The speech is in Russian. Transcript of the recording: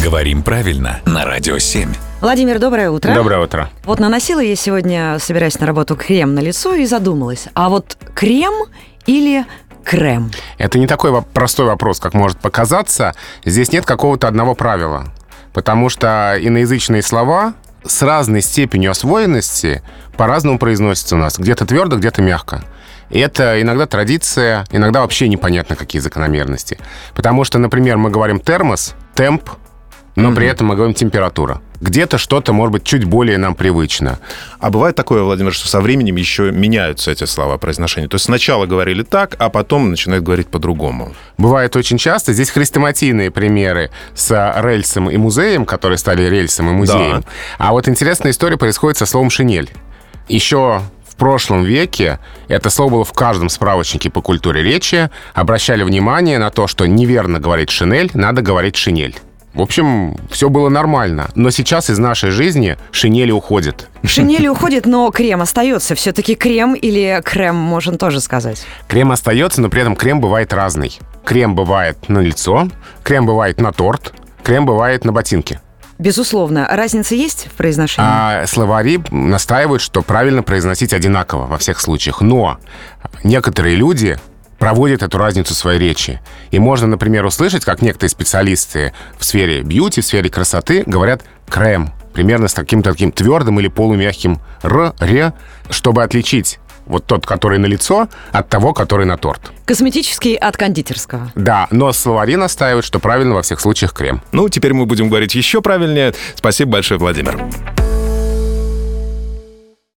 Говорим правильно на Радио 7. Владимир, доброе утро. Доброе утро. Вот наносила я сегодня, собираясь на работу, крем на лицо и задумалась. А вот крем или крем? Это не такой простой вопрос, как может показаться. Здесь нет какого-то одного правила. Потому что иноязычные слова с разной степенью освоенности по-разному произносятся у нас. Где-то твердо, где-то мягко. И это иногда традиция, иногда вообще непонятно какие закономерности. Потому что, например, мы говорим термос, темп, но при этом мы говорим температура. Где-то что-то, может быть, чуть более нам привычно. А бывает такое, Владимир, что со временем еще меняются эти слова произношения? То есть сначала говорили так, а потом начинают говорить по-другому? Бывает очень часто. Здесь хрестоматийные примеры с рельсом и музеем, которые стали рельсом и музеем. Да. А вот интересная история происходит со словом «шинель». Еще в прошлом веке это слово было в каждом справочнике по культуре речи. Обращали внимание на то, что неверно говорить «шинель», надо говорить «шинель». В общем, все было нормально. Но сейчас из нашей жизни шинели уходят. Шинели уходят, но крем остается. Все-таки крем или крем, можно тоже сказать. Крем остается, но при этом крем бывает разный. Крем бывает на лицо, крем бывает на торт, крем бывает на ботинки. Безусловно. Разница есть в произношении? Словари настаивают, что правильно произносить одинаково во всех случаях. Но некоторые люди проводят эту разницу в своей речи. И можно, например, услышать, как некоторые специалисты в сфере бьюти, в сфере красоты говорят «крем», примерно с каким-то таким твердым или полумягким «р», чтобы отличить вот тот, который на лицо, от того, который на торт. Косметический от кондитерского. Да, но словари настаивают, что правильно во всех случаях крем. Ну, теперь мы будем говорить еще правильнее. Спасибо большое, Владимир.